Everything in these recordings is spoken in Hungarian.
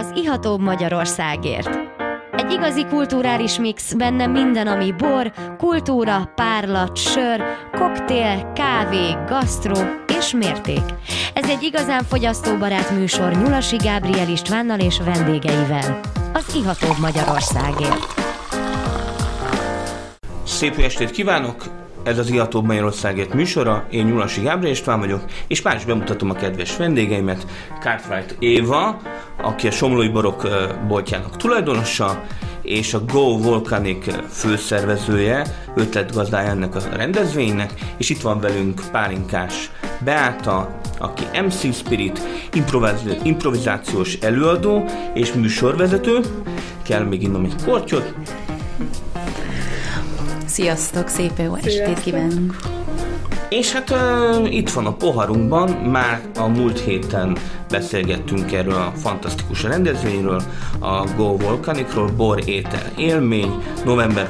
az ihatóbb Magyarországért. Egy igazi kulturális mix, benne minden, ami bor, kultúra, párlat, sör, koktél, kávé, gasztró és mérték. Ez egy igazán fogyasztóbarát műsor Nyulasi Gábriel Istvánnal és vendégeivel. Az ihatóbb Magyarországért. Szép estét kívánok! Ez az Ihatóbb Magyarországért műsora, én Nyulasi Gábriel István vagyok, és már is bemutatom a kedves vendégeimet, Cartwright Éva, aki a Somlói Borok boltjának tulajdonosa, és a Go Volcanic főszervezője, ötletgazdája ennek a rendezvénynek, és itt van velünk Pálinkás Beáta, aki MC Spirit, improvizációs előadó és műsorvezető. Kell még innom egy kortyot. Sziasztok, szép jó estét kívánunk! És hát itt van a poharunkban, már a múlt héten beszélgettünk erről a fantasztikus rendezvényről, a Go Volcanicról, bor, étel, élmény, november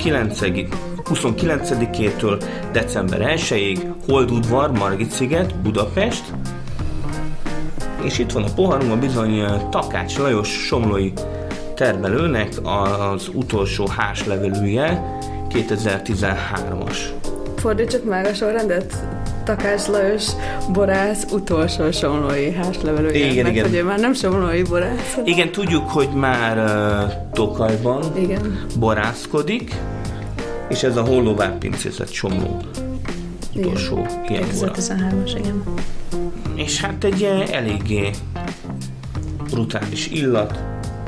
29-től december 1-ig, Holdudvar, Margit-sziget, Budapest, és itt van a poharunkban bizony Takács Lajos somlói termelőnek az utolsó házlevelűje, 2013-as. Fordítsuk meg a sorrendet. Takács Lajos borász utolsó somlói házlevelője. Igen. Hogy ő már nem somlói borász. Igen, tudjuk, hogy már Tokajban borászkodik, és ez a Hollóvár pincézet Somló utolsó ilyen bora. 2013-as, igen. És hát egy eléggé brutális illat.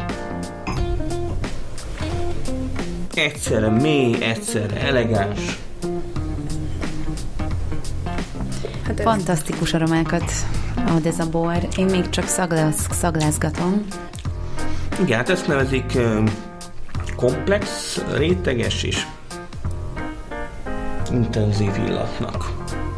Egyszerre mély, egyszerre elegáns. Hát fantasztikus aromákat ad ez a bor. Én még csak szaglázgatom. Igen, hát ezt nevezik komplex, réteges és intenzív illatnak.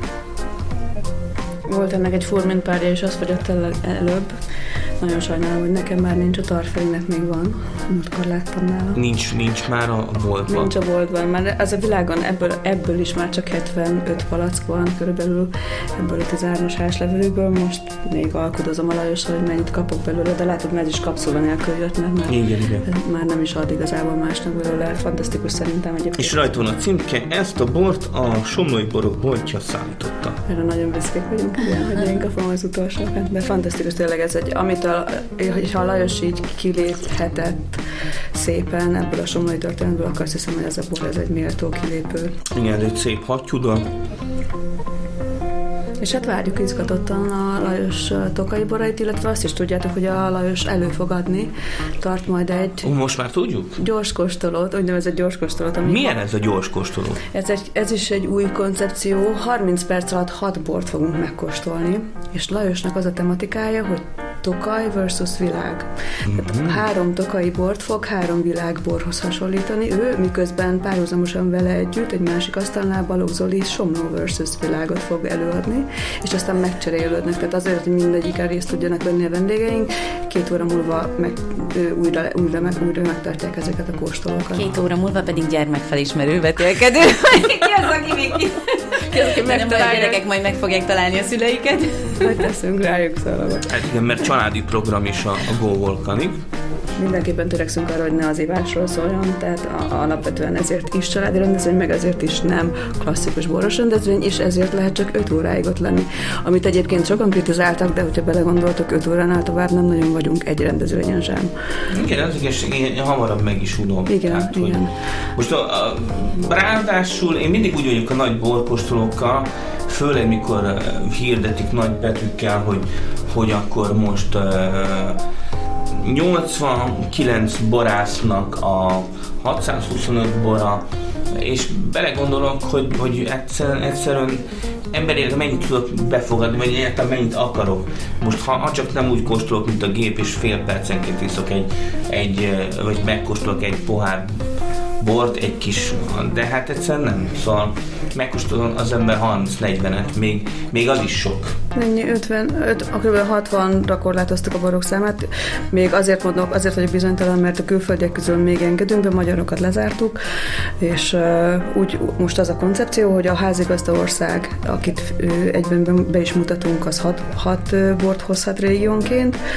Volt ennek egy furmintpárja, és azt fogyott el előbb. Nagyon sajnálom, hogy nekem már nincs, a Tarfelének még van. Múltkor láttam nála. Nincs már a boltban. Nincs a boltban, már az a világon ebből is már csak 75 palack van körülbelül, ebből a 13-as házlevelőből. Most még alkudozom a Lajosra, hogy mennyit kapok belőle, de látod, mert ez is kapszula nélkül jött, mert már nem is ad igazából másnak belőle. Fantasztikus szerintem egyébként. És rajta van a címke, ezt a bort a Somlói Borok boltja szállította. Erre nagyon büszkék vagyunk, hogy én kapom az utolsókat. De fantasztikus tényleg ez egy, amit ha a Lajos így kiléphetett szépen ebből a somlói történetből, akkor azt hiszem, hogy ez a bor, ez egy méltó kilépő. Igen, egy szép hattyúda. És hát várjuk izgatottan a Lajos tokai borait, illetve azt is tudjátok, hogy a Lajos elő fog adni, tart majd egy... Most már tudjuk? Gyorskóstolót, úgynevezett gyorskóstolót. Milyen ez a gyorskóstoló? Ez is egy új koncepció, 30 perc alatt 6 bort fogunk megkóstolni, és Lajosnak az a tematikája, hogy Tokaj versus világ. Tehát 3 tokai bort fog 3 világborhoz hasonlítani. Ő miközben párhuzamosan vele együtt egy másik asztalnál Balogh Zoli Somló versus világot fog előadni, és aztán megcserélődnek. Tehát azért, hogy mindegyiken részt tudjanak venni a vendégeink, 2 óra múlva újra megtartják ezeket a kóstolókat. 2 óra múlva pedig gyermekfelismerő vetélkedő. Ki az, aki még nem, a gyerekek majd meg fogják találni a szüleiket. Majd teszünk rájuk szalagot. Hát igen, mert családi program is a Go Volcanic. Mindenképpen törekszünk arra, hogy ne az ivásról szóljon, tehát alapvetően ezért is családi rendezvény, meg ezért is nem klasszikus boros rendezvény, és ezért lehet csak 5 óráig ott lenni. Amit egyébként sokan kritizáltak, de hogyha belegondoltok, 5 óránál tovább nem nagyon vagyunk egy rendezvényen sem. Igen, az igazság, én hamarabb meg is unom. Igen, tehát, igen. Most ráadásul én mindig úgy vagyok a nagy borkóstolókkal, főleg mikor hirdetik nagy betűkkel, hogy akkor most 89 borásznak a 625 bora, és belegondolok, hogy egyszerűen emberileg mennyit tudok befogadni, vagy egyáltalán mennyit akarok. Most ha csak nem úgy kóstolok, mint a gép, és fél percenként iszok vagy megkóstolok egy pohár bort, egy kis, de hát egyszerűen nem. Szóval megkóstolom az ember 30-40-et, még az is sok. Ennyi, 55, kb. 60-ra korlátoztuk a borok számát. Még azért vagyok bizonytalan, mert a külföldiek közül még engedünk, de magyarokat lezártuk, és úgy most az a koncepció, hogy a házigazda ország, akit egyben be is mutatunk, az 6 bort hozhat régiónként,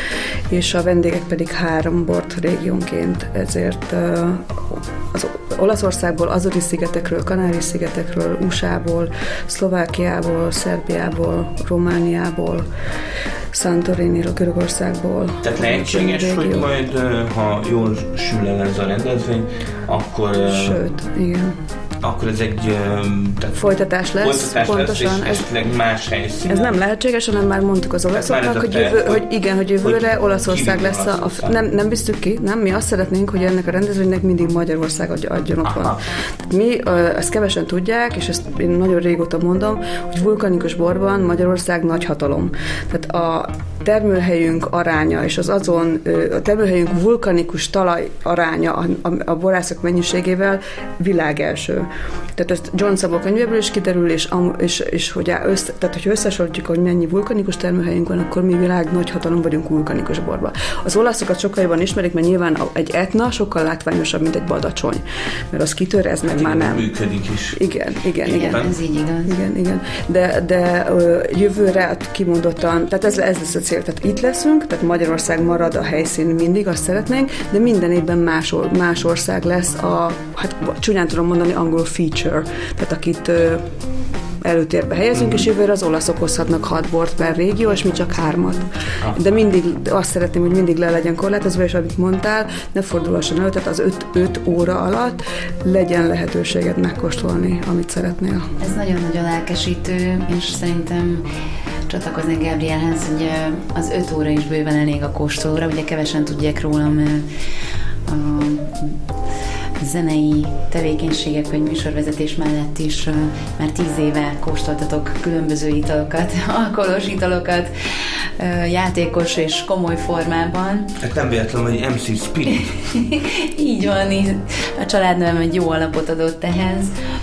és a vendégek pedig 3 bort régiónként, ezért az Olaszországból, Azori-szigetekről, Kanári-szigetekről, USA-ból, Szlovákiából, Szerbiából, Romániából, Santoriniról, Görögországból. Tehát lehetséges, hogy majd, ha jól sül el ez a rendezvény, akkor... Sőt, igen. Akkor ez egy folytatás lesz, pontosan. És esetleg más helyszínen. Ez nem lehetséges, hanem már mondtuk az olaszoknak, hogy jövőre Olaszország lesz nem biztük ki, nem? Mi azt szeretnénk, hogy ennek a rendezvénynek mindig Magyarország adjon otthon. Mi ezt kevesen tudják, és ezt én nagyon régóta mondom, hogy vulkanikus borban Magyarország nagy hatalom. Tehát a termőhelyünk aránya, és a termőhelyünk vulkanikus talaj aránya a borászok mennyiségével világelső. Tehát ezt John Szabó könyvéből is kiderül, és hogyha összesoroljuk, hogy mennyi vulkanikus termőhelyünk van, akkor mi világ nagy hatalom vagyunk vulkanikus borban. Az olaszokat sokkal jobban ismerik, mert nyilván egy etna sokkal látványosabb, mint egy badacsony. Mert az kitör, ez meg már nem. Működik is. Igen. Ez így igaz. Igen. De jövőre kimondottan, tehát ez lesz a cél. Tehát itt leszünk, tehát Magyarország marad a helyszín mindig, azt szeretnénk, de minden évben más ország lesz csúnyán tudom mondani, angol feature, tehát akit előtérbe helyezünk, és jövőre az olaszok hozhatnak 6 bort per régió, és mi csak 3. De mindig azt szeretném, hogy mindig le legyen korlátozva, és amit mondtál, ne fordulhasson elő, tehát az 5 óra alatt legyen lehetőséged megkóstolni, amit szeretnél. Ez nagyon-nagyon lelkesítő, és szerintem csatlakoznék Gabrielhez, hogy az 5 óra is bőven elég a kóstolóra, ugye kevesen tudják rólam zenei tevékenységek vagy műsorvezetés mellett is már 10 éve kóstoltatok különböző italokat, alkoholos italokat, játékos és komoly formában. Hát nem véletlenül, hogy MC Spirit. Így van, a családnevem egy jó alapot adott ehhez.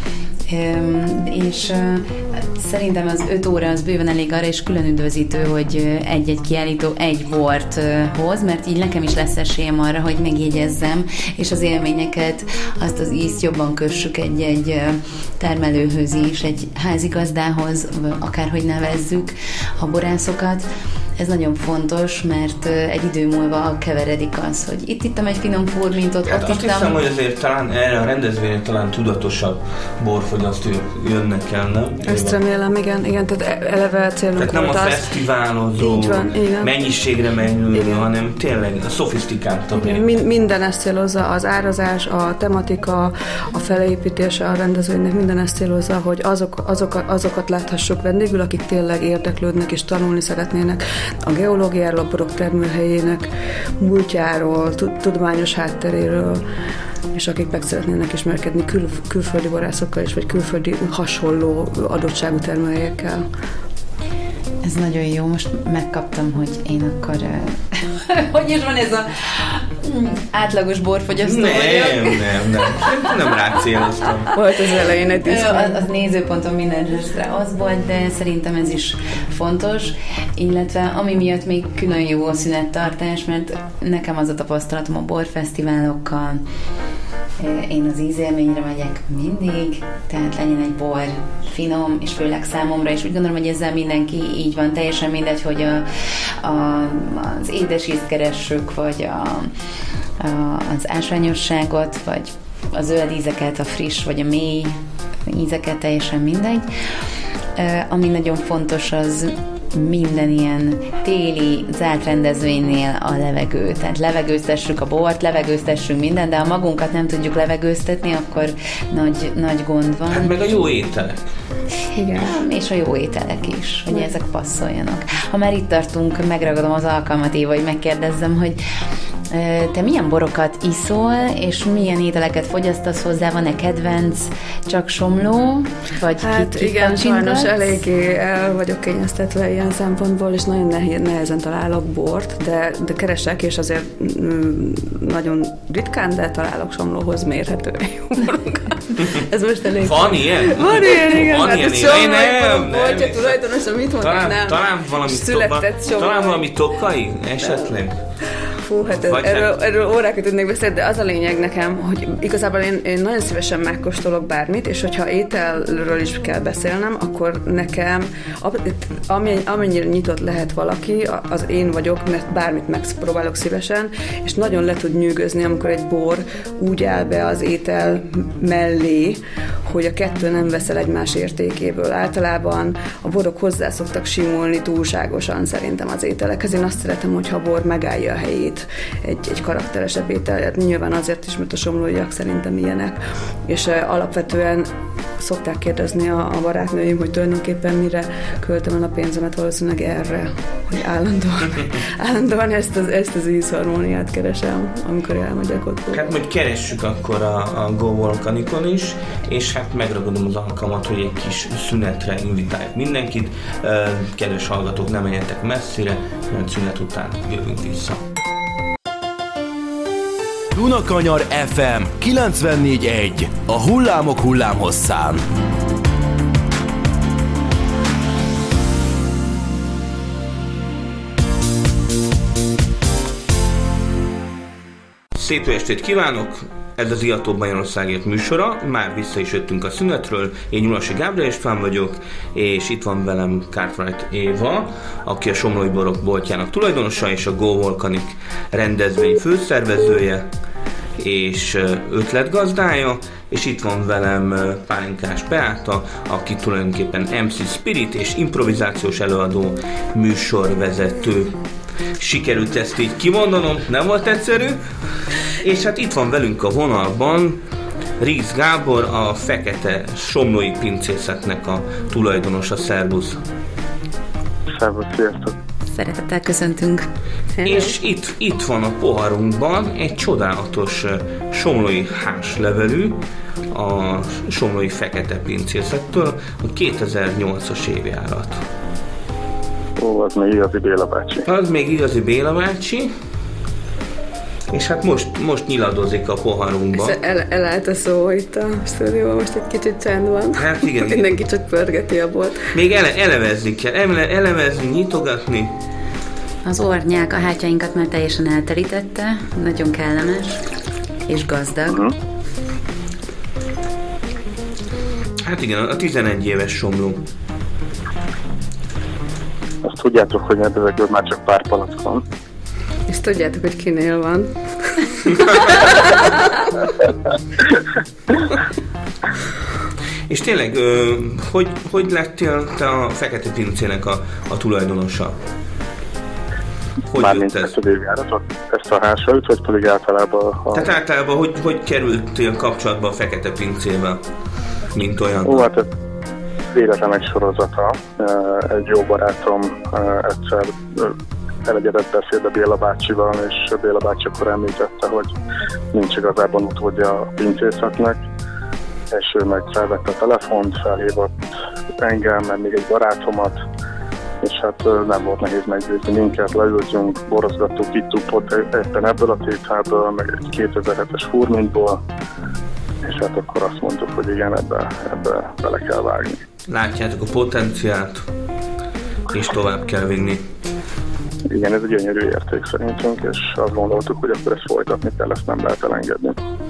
És szerintem az 5 óra az bőven elég arra, és külön üdvözítő, hogy egy-egy kiállító egy bort hoz, mert így nekem is lesz esélyem arra, hogy megjegyezzem, és az élményeket, azt az ízt jobban kössük egy termelőhöz is, egy házigazdához, akárhogy nevezzük a borászokat. Ez nagyon fontos, mert egy idő múlva keveredik az, hogy itt ittam egy finom furmintot, hát ott azt ittam... hiszem, hogy azért talán erre a rendezvényre talán tudatosabb borfogyasztók jönnek el, nem? Ezt remélem, igen, tehát eleve célunk volt az... Tehát nem a fesztiválozó, mennyiségre menő, hanem tényleg a szofisztikáltabb. Minden ezt célozza, az árazás, a tematika, a felépítése a rendezvénynek, minden ezt célozza, hogy azokat láthassuk vendégül, akik tényleg érdeklődnek és tanulni szeretnének a geológiáról, a borok termőhelyének múltjáról, tudományos hátteréről, és akik meg szeretnének ismerkedni külföldi borászokkal is, vagy külföldi hasonló adottságú termőhelyekkel. Ez nagyon jó, most megkaptam, hogy én akkor... hogy is van ez a átlagos borfogyasztó vagyok? Nem rá céloztam. Volt az elején egy diszpont. Az nézőponton minden zsestre az volt, de szerintem ez is fontos, illetve ami miatt még külön jó a szünettartás, mert nekem az a tapasztalatom a borfesztiválokkal, én az ízélményre megyek mindig, tehát legyen egy bor finom, és főleg számomra, és úgy gondolom, hogy ezzel mindenki így van, teljesen mindegy, hogy az édes ízt keressük, vagy az ásványosságot, vagy a zöld ízeket, a friss, vagy a mély ízeket, teljesen mindegy. Ami nagyon fontos, az minden ilyen téli zárt rendezvénynél a levegő. Tehát levegőztessük a bort, levegőztessünk mindent, de ha magunkat nem tudjuk levegőztetni, akkor nagy gond van. Hát meg a jó ételek. Igen. És a jó ételek is, hogy ezek passzoljanak. Ha már itt tartunk, megragadom az alkalmat, Éva, hogy megkérdezzem, hogy te milyen borokat iszol, és milyen ételeket fogyasztasz hozzá? Van-e kedvenc, csak somló? Vagy hát igen, sajnos eléggé el vagyok kényeztetve ilyen szempontból, és nagyon nehezen találok bort, de keresek, és azért nagyon ritkán, de találok somlóhoz mérhető jó borokat. Ez most elég... Van ilyen? Van ilyen, igen. Van ilyen, Hogyha tulajdonosan mit mondtam, nem. Talán valami tokai esetleg? Fú, hát erről órákat tudnék beszélni, de az a lényeg nekem, hogy igazából én nagyon szívesen megkóstolok bármit, és hogyha ételről is kell beszélnem, akkor nekem amennyire nyitott lehet valaki, az én vagyok, mert bármit megpróbálok szívesen, és nagyon le tud nyűgözni, amikor egy bor úgy áll be az étel mellé, hogy a kettő nem veszel egymás értékéből. Általában a borok hozzá szoktak simulni túlságosan szerintem az ételekhez. Én azt szeretem, hogyha a bor megállja a helyét egy karakteresebb étel. Nyilván azért is, mert a somlóiak szerintem ilyenek. És alapvetően szokták kérdezni a barátnőim, hogy tulajdonképpen mire költöm el a pénzemet, valószínűleg erre, hogy állandóan ezt az ízharmóniát keresem, amikor elmegyek ott. Hát majd keressük akkor a Go Volcanicon is, és hát megragadom az alkalmat, hogy egy kis szünetre invitáljuk mindenkit. Kedves hallgatók, nem menjetek messzire, mert szünet után jövünk vissza. Dunakanyar FM 94.1. A hullámok hullámhosszán. Szép estét kívánok! Ez az Ihatóbb Magyarországért műsora, már vissza is jöttünk a szünetről, én Nyulasi Gábor István vagyok, és itt van velem Cartwright Éva, aki a Somlói Borok boltjának tulajdonosa, és a Go Volcanic rendezvény főszervezője, és ötletgazdája, és itt van velem Pálinkás Beáta, aki tulajdonképpen MC Spirit és improvizációs előadó, műsorvezető. Sikerült ezt így kimondanom, nem volt egyszerű. És hát itt van velünk a vonalban Ríz Gábor, a Fekete Somlói Pincészetnek a tulajdonosa. Szervusz! Szervusz, sziasztok! Szeretettel köszöntünk! És itt van a poharunkban egy csodálatos somlói házlevelű, a Somlói Fekete Pincészettől, a 2008-as évjárat. Ó, az még igazi Béla bácsi. Az még igazi Béla bácsi. És hát most nyiladozik a poharunkban. Elállt a szó itt a stúdióban, most egy kicsit csend van. Hát igen. Mindenki csak pörgeti a bort. Még elevezni kell, elevezni, nyitogatni. Az ornyák a hátjainkat már teljesen elterítette, nagyon kellemes és gazdag. Hát igen, a 11 éves somló. Azt tudjátok, hogy ezekből már csak pár palack van. És tudjátok, hogy kinél van. És tényleg, hogy lettél te a Fekete Pincének a tulajdonosa? Mármint ezt az évjáratot, ezt a házsajt, vagy pedig általában... Tehát általában, hogy kerültél kapcsolatba a Fekete Pincével, mint olyan? Ó, hát ez véletlen egy sorozata. Egy jó barátom egyszer elegyedett beszéd a Béla bácsival, és Béla bácsi akkor említette, hogy nincs igazából utódja a pincészetnek, és ő meg felvette a telefont, felhívott engem, meg még egy barátomat, és hát nem volt nehéz meggyőzni minket, leültünk, borozgattuk, ittuk ott éppen ebből a tételből, meg egy 2007-es furmintból, és hát akkor azt mondtuk, hogy igen, ebbe bele kell vágni. Látjátok a potenciált, és tovább kell vinni. Igen, ez egy gyönyörű érték szerintünk, és azt gondoltuk, hogy akkor ezt folytatni kell, ezt nem lehet elengedni.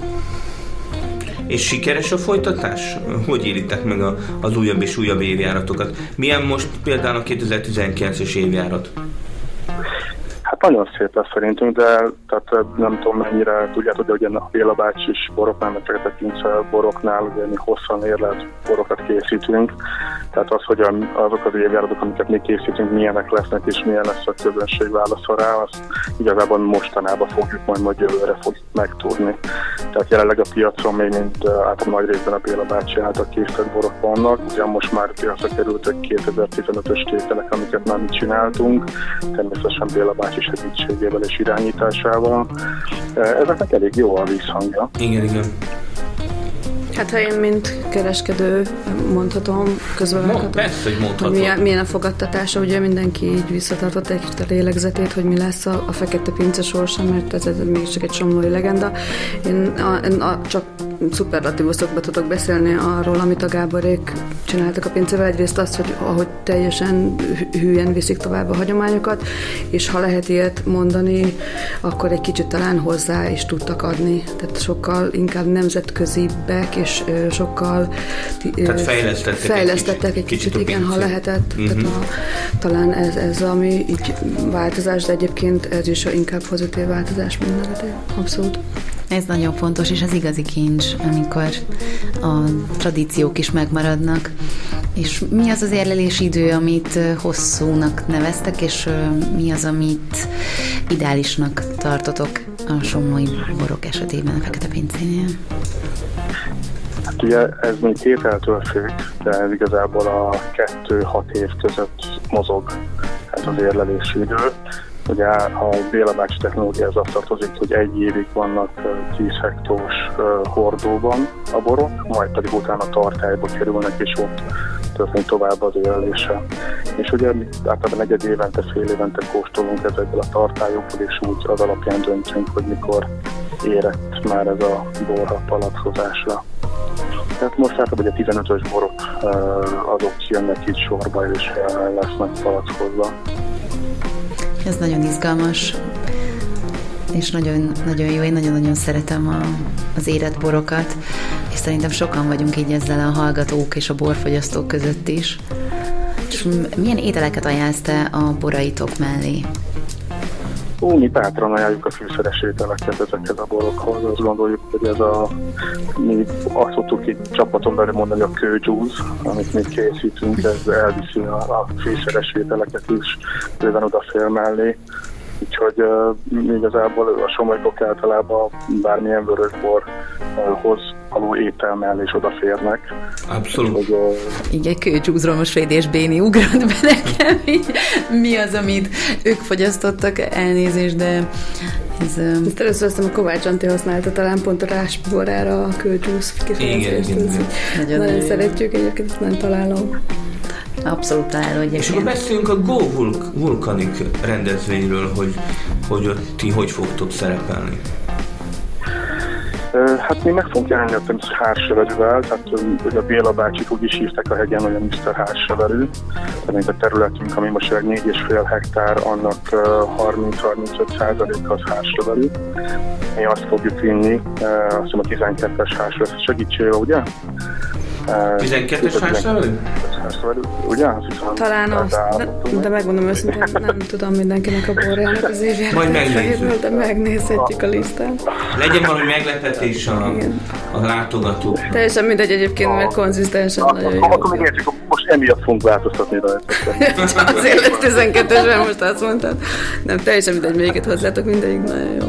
És sikeres a folytatás? Hogy élitek meg az újabb és újabb évjáratokat? Milyen most például a 2019-es évjárat? Hát nagyon szép lesz szerintünk, de tehát nem tudom mennyire tudjátok, de ugye a Béla bácsis boroknál, meg Fekete Pince boroknál ugye mi hosszan érlelt borokat készítünk. Tehát az, hogy azok az évjáratok, amiket mi készítünk, milyenek lesznek és milyen lesz a közönség válasza rá, azt igazából mostanában fogjuk majd jövőre fogjuk megtudni. Tehát jelenleg a piacon még mind általában nagy részben a Béla bácsi által készített borok vannak. Ugyan most már piacra kerültek 2015-ös tételek, amiket már mi csináltunk. Természetesen Béla bácsi segítségével és irányításával. Ezeknek elég jó a vízhangja. Igen. Hát ha én, mint kereskedő mondhatom, közben persze, hogy mondhatom. Milyen a fogadtatása, ugye mindenki így visszatartott egy kicsit a lélegzetét, hogy mi lesz a Fekete Pince sorsa, mert ez még csak egy somlói legenda. Én csak szuperlatívuszokba tudok beszélni arról, amit a Gáborék csináltak a pincével. Egyrészt azt, hogy ahogy teljesen hülyen viszik tovább a hagyományokat, és ha lehet ilyet mondani, akkor egy kicsit talán hozzá is tudtak adni. Tehát sokkal inkább nemzetközibbek, és sokkal fejlesztettek egy kicsit igen, ha lehetett. Tehát talán ez ami így változás, de egyébként ez is inkább pozitív változás, mint negatív. Abszolút. Ez nagyon fontos, és az igazi kincs, amikor a tradíciók is megmaradnak. És mi az az érlelési idő, amit hosszúnak neveztek, és mi az, amit ideálisnak tartotok a somlói borok esetében a Fekete-pincénél? Hát ugye ez még tételtől függ, de ez igazából a 2-6 év között mozog ez az érlelési idő. Ugye a Béla bácsi technológiához azt tartozik, hogy 1 évig vannak 10 hektós hordóban a borok, majd pedig utána tartályba kerülnek, és ott történik tovább az érlelése. És ugye mi általában 1 évente, fél évente kóstolunk ezekből a tartályokból, és úgy az alapján döntünk, hogy mikor érett már ez a bor a palackozásra. Tehát most általában ugye 15-ös borok azok jönnek így sorba, és lesznek palackozva. Ez nagyon izgalmas, és nagyon, nagyon jó. Én nagyon-nagyon szeretem az érett borokat, és szerintem sokan vagyunk így ezzel a hallgatók és a borfogyasztók között is. És milyen ételeket ajánlsz te a boraitok mellé? Mi bátran ajánljuk a fűszeres ételeket ezekhez a borokhoz. Azt gondoljuk, hogy mi azt szoktuk így csapaton belül mondani, a kődzsúz, amit mi készítünk, ez elviszi a fűszeres ételeket is bőven odafér mellé. Úgyhogy igazából a somlóibok általában bármilyen vörösborhoz való étel mellé is odaférnek. Abszolút. Úgyhogy, Igen, kőcsúzról most Féd és Béni ugrott be nekem, mi az, amit ők fogyasztottak, elnézést, de ez... Ezt először aztán a Kovács Antti használta talán pont a rásborára a kőcsúz kifejezést. Igen. Nagyon szeretjük, egyébként nagyon találom. Abszolút találó egyébként. És akkor beszéljünk a Go Volcanic rendezvényről, hogy ott ti hogy fogtok szerepelni. Hát mi meg fogunk jelenni a házseverűvel, tehát hogy a Béla bácsik úgy is hívták a hegyen, hogy a Mr. Házseverű. Tehát a területünk, ami most 4,5 hektár, annak 30-35% az házseverű. Mi azt fogjuk vinni, azt hiszem a 12-es házseverű segítségével, ugye? 12-es házseverű? Ugye? Talán azt, de megmondom őszintén, nem tudom mindenkinek a borjának az évjának. Majd megnézzük. De megnézhetjük a listán. Legyen valami meglepetés a látogató. Teljesen mindegy egyébként, mert konzisztensen nagyon jó. Akkor még értsük, most emiatt fogunk változtatni rajta. Azért lesz 12-esben, most azt mondtad. Nem, teljesen mindegy, melyiket hozzátok, mindegyik nagyon jó.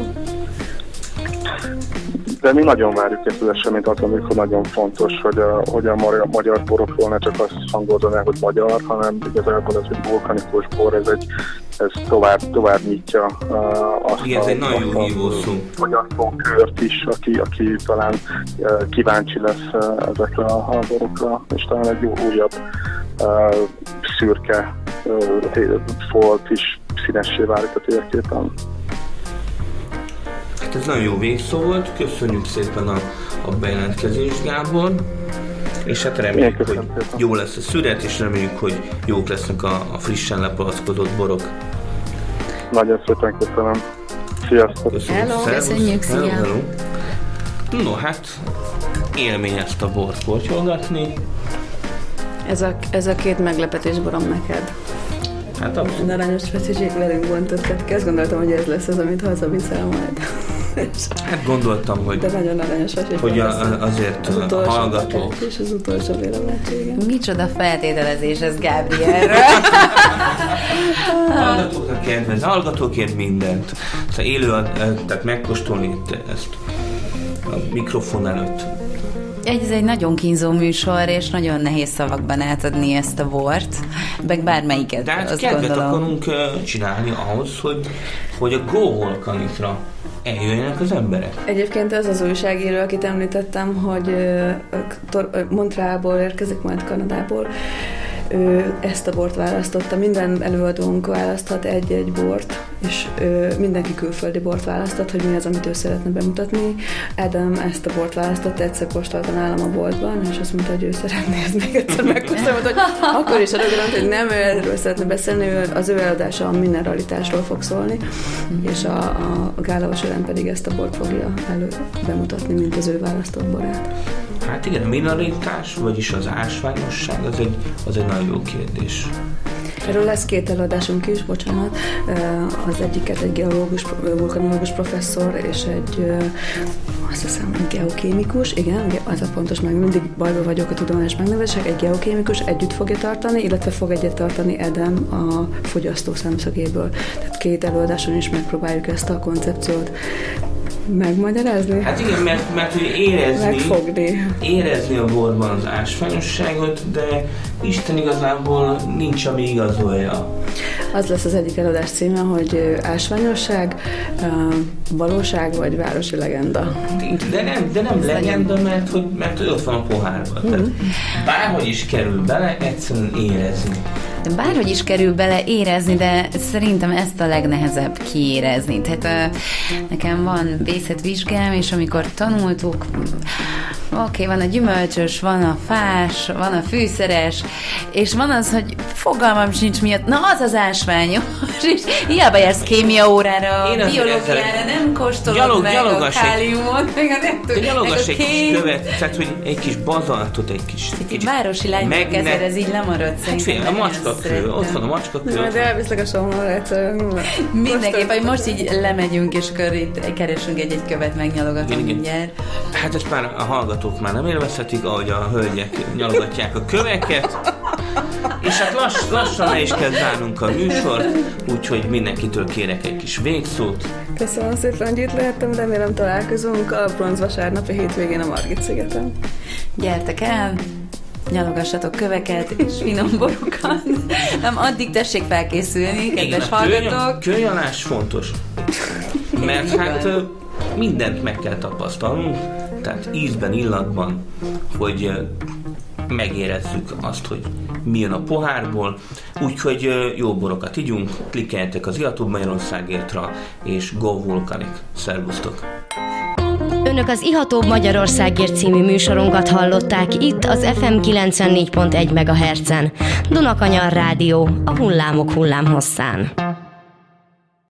De mi nagyon várjuk ezt az eseményt, azt mondjuk, hogy nagyon fontos, hogy a magyar borokról ne csak azt hangozzon el, hogy magyar, hanem igazából ez egy vulkanikus bor, ez tovább nyitja azt igen, ez egy nagyon jó hívószó. Fogyasztókört is, aki talán kíváncsi lesz ezekre a borokra, és talán egy jó újabb szürke folt is színessé válik a térképen. Ez nagyon jó végszó volt, köszönjük szépen a bejelentkezést, Gábor, és hát reméljük, hogy jó lesz a szület, és reméljük, hogy jók lesznek a frissen lepalackozott borok. Nagyon szépen köszönöm. Sziasztok! Köszönjük, szia! No, hát élmény ezt a bort kortyolgatni. Ez a 2 meglepetés borom neked. Hát abszolút. Aranyos feszítség velünk bontottak ki. Azt gondoltam, hogy ez lesz az, amit hazaviszel majd. Hát gondoltam, hogy, de nagyon aranyos hogy azért az a hallgatók... És az utolsó véleménységen. Micsoda feltételezés ez Gábrielről. Hallgatóknak kedvez, hallgatókért mindent. Szóval élő, tehát megkóstolni ezt a mikrofon előtt. Ez egy nagyon kínzó műsor, és nagyon nehéz szavakban átadni ezt a bort, meg bármelyiket, de hát azt kedvet gondolom. akarunk csinálni ahhoz, hogy a Go Volcanicra eljöjjenek az emberek. Egyébként ez az újságíró, akit említettem, hogy Montrealból érkezik, majd Kanadából, ő ezt a bort választotta. Minden előadónk választhat egy-egy bort, és mindenki külföldi bort választott, hogy mi az, amit ő szeretne bemutatni. Adam ezt a bort választott, egyszer kóstolta nálam a boltban, és azt mondta, hogy ő szeretné ezt még egyszer megkóstolni, hogy akkor is arra hogy nem ő erről szeretne beszélni, az ő eladása a mineralitásról fog szólni, és a gálavasorán pedig ezt a bort fogja bemutatni, mint az ő választott borát. Hát igen, a mineralitás, vagyis az ásványosság, az egy nagyon jó kérdés. Erről lesz 2 előadásunk is, bocsánat. Az egyiket egy vulkanológus professzor és egy azt hiszem, geokémikus, igen, az a pontos, meg mindig bajba vagyok a tudományos megnevezések, egy geokémikus együtt fogja tartani, illetve fog egyet tartani Adam a fogyasztó szemszögéből. Tehát 2 előadáson is megpróbáljuk ezt a koncepciót megmagyarázni? Hát igen, mert hogy érezni a borban az ásványosságot, de Isten igazából nincs, ami igazolja. Az lesz az egyik előadás címe, hogy ásványosság, valóság vagy városi legenda. De nem legenda, mert ott van a pohárban. Tehát bárhogy is kerül bele, egyszerűen érezni. Bárhogy is kerül bele érezni, de szerintem ezt a legnehezebb kiérezni. Tehát nekem van vészetvizsgám, és amikor tanultuk, van a gyümölcsös, van a fás, van a fűszeres, és van az, hogy fogalmam sincs miatt, na az ásványos, és hiába jársz kémia órára, biológiára, nem kóstolod meg a káliumot, meg a nem tudom. Gyalogass egy kis követ, tehát hogy egy kis bazaltot, egy kis városi lányok ezer, ez így lemarad szerintem. Hát a macskakő, ott van a macskakő. De elviszlek a somlóra egyszerűen. Mindenképp, hogy most így lemegyünk, és akkor itt keresünk egy követ, megnyalogatunk mindjárt. Hát ezt már a hallgatók már nem élvezhetik, ahogy a hölgyek nyalogatják a köveket. És hát lassan le is kell zárnunk a műsort, úgyhogy mindenkitől kérek egy kis végszót. Köszönöm szépen, hogy itt lehettem, remélem találkozunk a bronzvasárnapi hétvégén a Margit-szigeten. Gyertek el, nyalogassatok köveket és finom borokat. Nem, addig tessék felkészülni, kedves hallgatók. Kőnyalás fontos, mert hát mindent meg kell tapasztalnunk, tehát ízben, illatban, hogy megérezzük azt, hogy mi jön a pohárból, úgyhogy jó borokat igyunk, klikkeljetek az Ihatóbb Magyarországértra, és Go Volcanic! Szervusztok! Önök az Ihatóbb Magyarországért című műsorunkat hallották itt az FM 94.1 MHz-en. Dunakanyar Rádió, a hullámok hullámhosszán.